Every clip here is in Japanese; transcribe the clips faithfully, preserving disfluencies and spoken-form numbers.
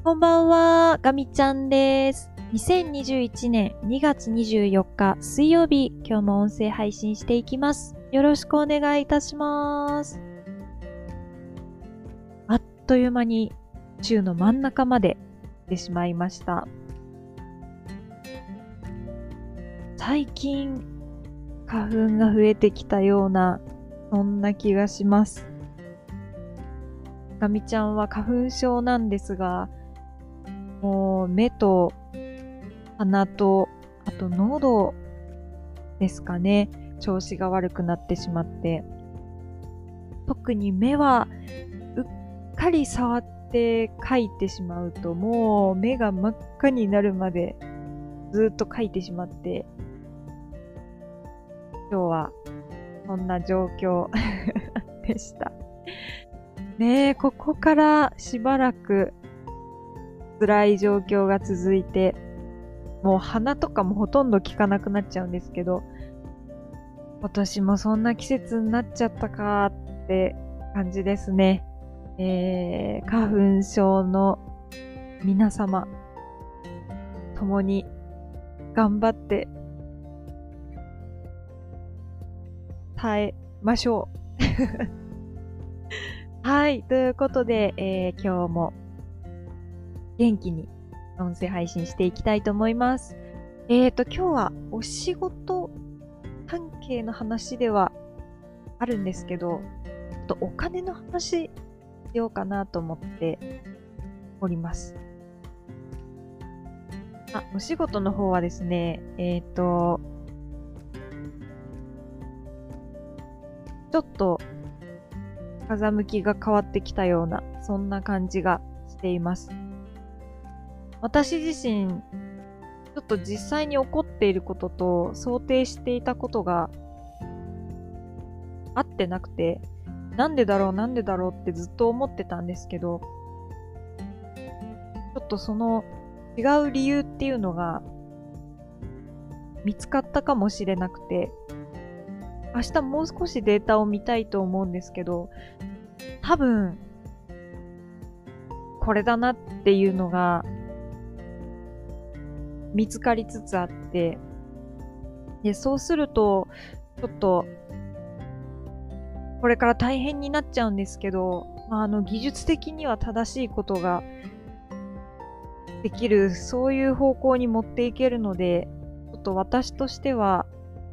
こんばんは、ガミちゃんです。にせんにじゅういちねんにがつにじゅうよっか水曜日、今日も音声配信していきます。よろしくお願いいたします。あっという間に週の真ん中まで来てしまいました。最近、花粉が増えてきたような、そんな気がします。ガミちゃんは花粉症なんですが、もう目と鼻と、あと喉ですかね、調子が悪くなってしまって、特に目はうっかり触って描いてしまうと、もう目が真っ赤になるまでずっと描いてしまって、今日はそんな状況でした。ねえ、ここからしばらく辛い状況が続いて、もう鼻とかもほとんど効かなくなっちゃうんですけど、今年もそんな季節になっちゃったかって感じですね。えー、花粉症の皆様、共に頑張って耐えましょう。はい、ということで、えー、今日も元気に音声配信していきたいと思います。えーと、今日はお仕事関係の話ではあるんですけど、ちょっとお金の話しようかなと思っております。あ、お仕事の方はですね、えーと、ちょっと風向きが変わってきたような、そんな感じがしています。私自身、ちょっと実際に起こっていることと想定していたことが合ってなくて、なんでだろうなんでだろうってずっと思ってたんですけど、ちょっとその違う理由っていうのが見つかったかもしれなくて、明日もう少しデータを見たいと思うんですけど、多分これだなっていうのが見つかりつつあって、で、そうするとちょっとこれから大変になっちゃうんですけど、まあ、あの技術的には正しいことができる、そういう方向に持っていけるので、ちょっと私としては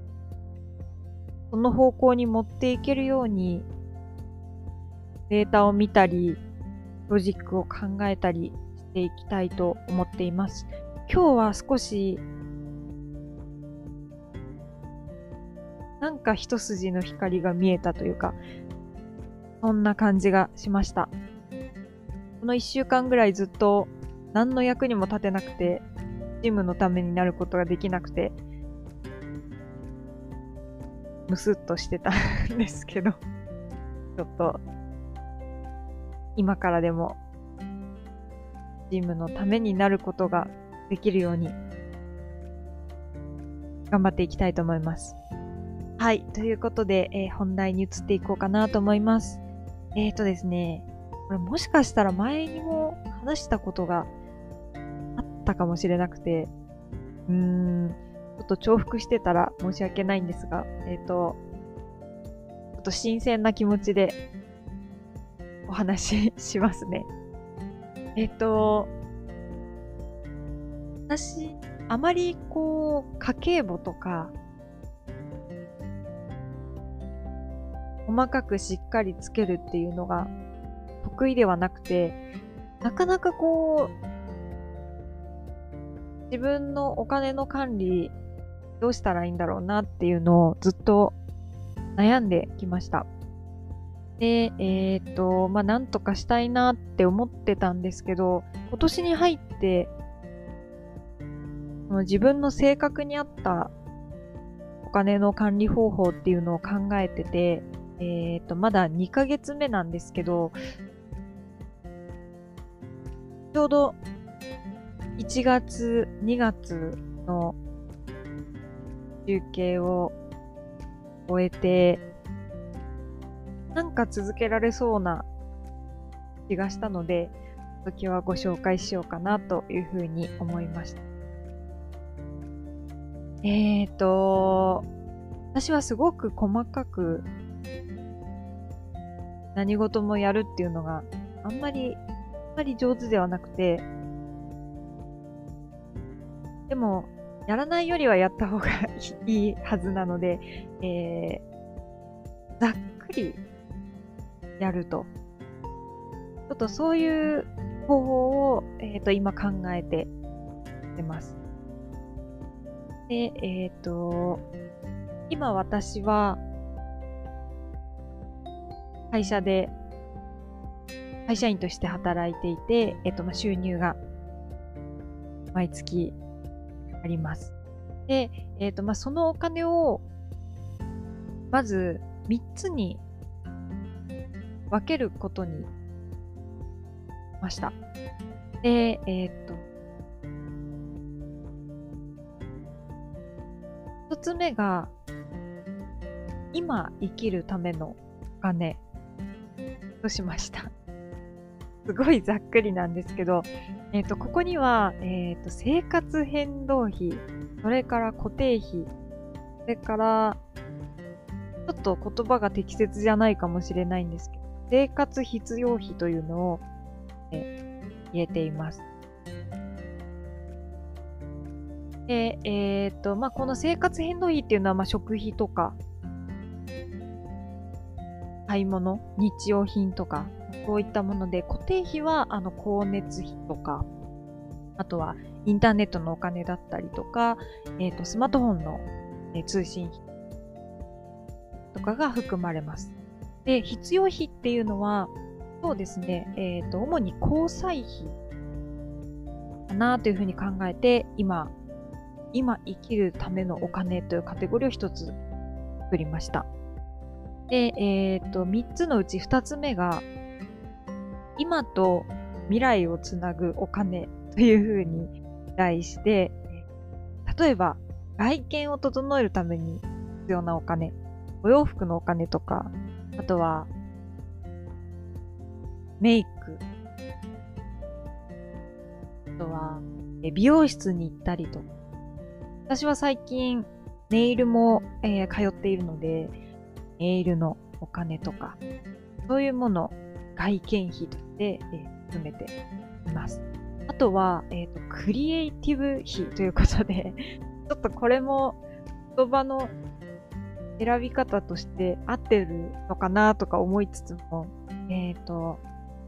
その方向に持っていけるようにデータを見たりロジックを考えたりしていきたいと思っています。今日は少しなんか一筋の光が見えたというか、そんな感じがしました。この一週間ぐらいずっと何の役にも立てなくて、チームのためになることができなくて、ムスッとしてたんですけど、ちょっと今からでもチームのためになることができるように頑張っていきたいと思います。はい。ということで、えー、本題に移っていこうかなと思います。えーとですね、これもしかしたら前にも話したことがあったかもしれなくて、うーん、ちょっと重複してたら申し訳ないんですが、えーと、ちょっと新鮮な気持ちでお話ししますね。えっと、私、あまりこう、家計簿とか、細かくしっかりつけるっていうのが得意ではなくて、なかなかこう、自分のお金の管理どうしたらいいんだろうなっていうのをずっと悩んできました。で、えーっと、まあ、なんとかしたいなって思ってたんですけど、今年に入って、その自分の性格に合ったお金の管理方法っていうのを考えてて、えーっと、まだにかげつめなんですけど、ちょうどいちがつ、にがつの集計を終えて、なんか続けられそうな気がしたので、 時はご紹介しようかなというふうに思いました。えーと、私はすごく細かく何事もやるっていうのがあんまり、あんまり上手ではなくて、でも、やらないよりはやった方がいいはずなので、えー、ざっくりやると。ちょっとそういう方法を、えーと、今考えています。で、えっと、今私は会社で会社員として働いていて、えっと、まあ、収入が毎月あります。で、えっと、まあ、そのお金をまずみっつに分けることにしました。で、えっと、一つ目が今生きるためのお金としました。すごいざっくりなんですけど、えっと、ここには、えっと、生活変動費、それから固定費、それから、ちょっと言葉が適切じゃないかもしれないんですけど、生活必要費というのを、え入れています。で、えっと、まあ、この生活変動費っていうのは、まあ、食費とか、買い物、日用品とか、こういったもので、固定費は、あの、光熱費とか、あとは、インターネットのお金だったりとか、えっと、スマートフォンの、え通信費とかが含まれます。で、必要費っていうのは、そうですね、えっと、主に交際費かなというふうに考えて、今、今生きるためのお金というカテゴリーを一つ作りました。で、えっと、三つのうち二つ目が、今と未来をつなぐお金というふうに題して、例えば、外見を整えるために必要なお金、お洋服のお金とか、あとは、メイク、あとは、美容室に行ったりとか。私は最近、ネイルも、えー、通っているので、ネイルのお金とか、そういうもの、外見費として、えー、含めています。あとは、えっと、クリエイティブ費ということで、ちょっとこれも言葉の選び方として合ってるのかなとか思いつつも、えっと、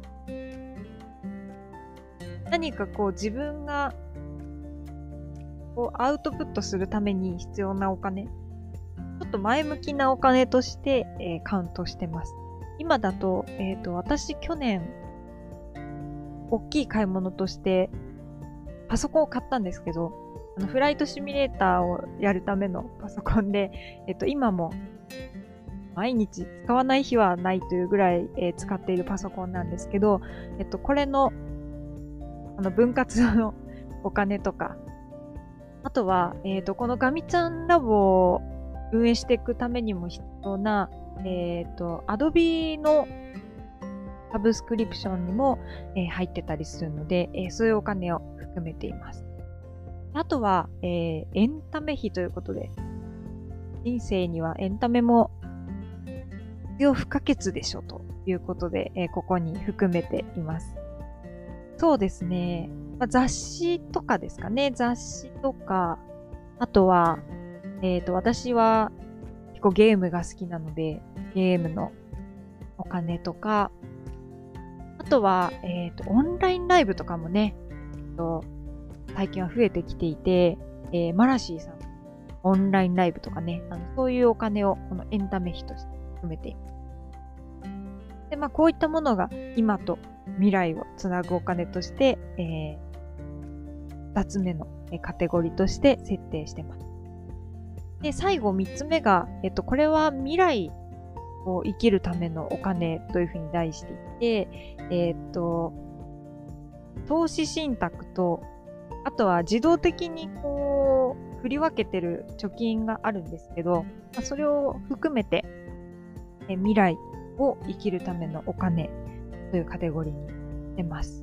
何かこう自分がこうアウトプットするために必要なお金、ちょっと前向きなお金として、えー、カウントしてます。今だと、えっと、私去年、大きい買い物として、パソコンを買ったんですけど、あのフライトシミュレーターをやるためのパソコンで、えっと、今も毎日使わない日はないというぐらい、えー、使っているパソコンなんですけど、えっと、これの、あの、分割のお金とか、あとは、えっと、このガミちゃんラボを運営していくためにも必要な、えっと、Adobe のサブスクリプションにも、えー、入ってたりするので、えー、そういうお金を含めています。あとは、えー、エンタメ費ということで、人生にはエンタメも必要不可欠でしょということで、えー、ここに含めています。そうですね。まあ、雑誌とかですかね。雑誌とか、あとは、えっと、私は結構ゲームが好きなので、ゲームのお金とか、あとは、えっと、オンラインライブとかもね、えっと、最近は増えてきていて、えー、マラシーさん、オンラインライブとかね、あのそういうお金をこのエンタメ費として含めています。で、まあ、こういったものが今と未来をつなぐお金として、えー、二つ目のカテゴリーとして設定してます。で、最後三つ目が、えっと、これは未来を生きるためのお金というふうに題していて、えー、っと、投資信託と、あとは自動的にこう、振り分けてる貯金があるんですけど、まあ、それを含めて、え未来を生きるためのお金というカテゴリーに出ます。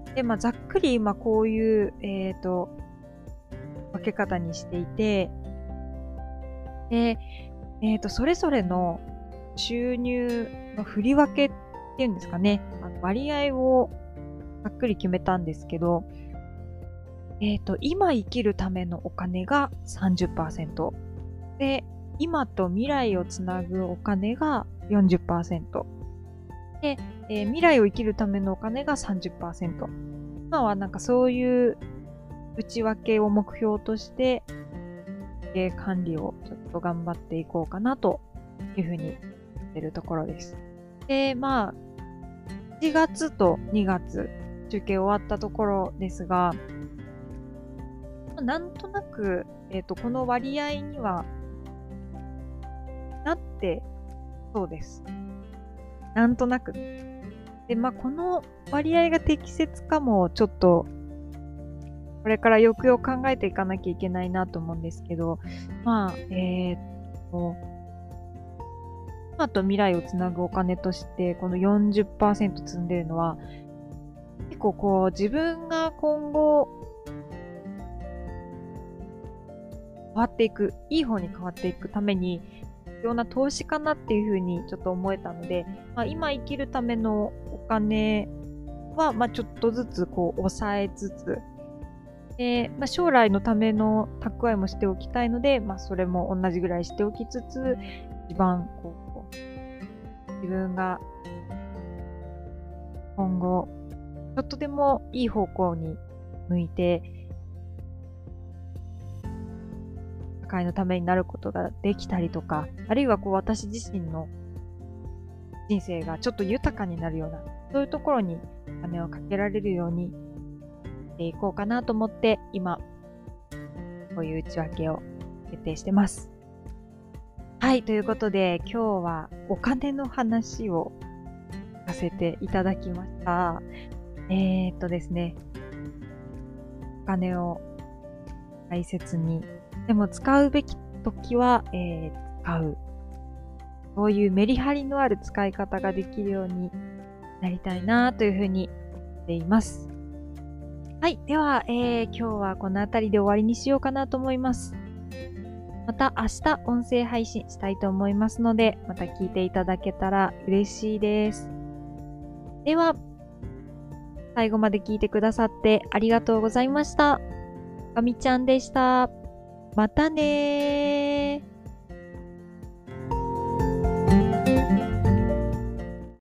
で、まあ、ざっくり、まあ、こういう、えっと、分け方にしていて、で、えっと、それぞれの収入の振り分けっていうんですかね、あの割合をざっくり決めたんですけど、えっと、今生きるためのお金が さんじゅっパーセント。で、今と未来をつなぐお金が よんじゅっパーセント。で、えー未来を生きるためのお金が さんじゅっパーセント。今はなんかそういう内訳を目標として、えー管理をちょっと頑張っていこうかなというふうに言ってるところです。で、まあ、いちがつとにがつ、中継終わったところですが、なんとなく、えっと、この割合にはなってそうです。なんとなく。で、まあ、この割合が適切かも、ちょっと、これからよくよく考えていかなきゃいけないなと思うんですけど、まあ、えーっと、今と未来をつなぐお金として、この よんじゅっパーセント 積んでるのは、結構こう、自分が今後、変わっていく、いい方に変わっていくために、必要な投資かなっていうふうにちょっと思えたので、まあ、今生きるためのお金は、まあ、ちょっとずつこう抑えつつ、で、まあ、将来のための蓄えもしておきたいので、まあ、それも同じぐらいしておきつつ、一番こう自分が今後ちょっとでもいい方向に向いて社会のためになることができたりとか、あるいはこう私自身の人生がちょっと豊かになるような、そういうところにお金をかけられるようにしていこうかなと思って、今、こういう内訳を決定してます。はい、ということで今日はお金の話をさせていただきました。えー、っとですね、お金を大切に、でも使うべき時は、えー、使う。そういうメリハリのある使い方ができるようになりたいなというふうに思っています。はい。では、えー、今日はこの辺りで終わりにしようかなと思います。また明日音声配信したいと思いますので、また聞いていただけたら嬉しいです。では、最後まで聞いてくださってありがとうございました。かみちゃんでした。またねー。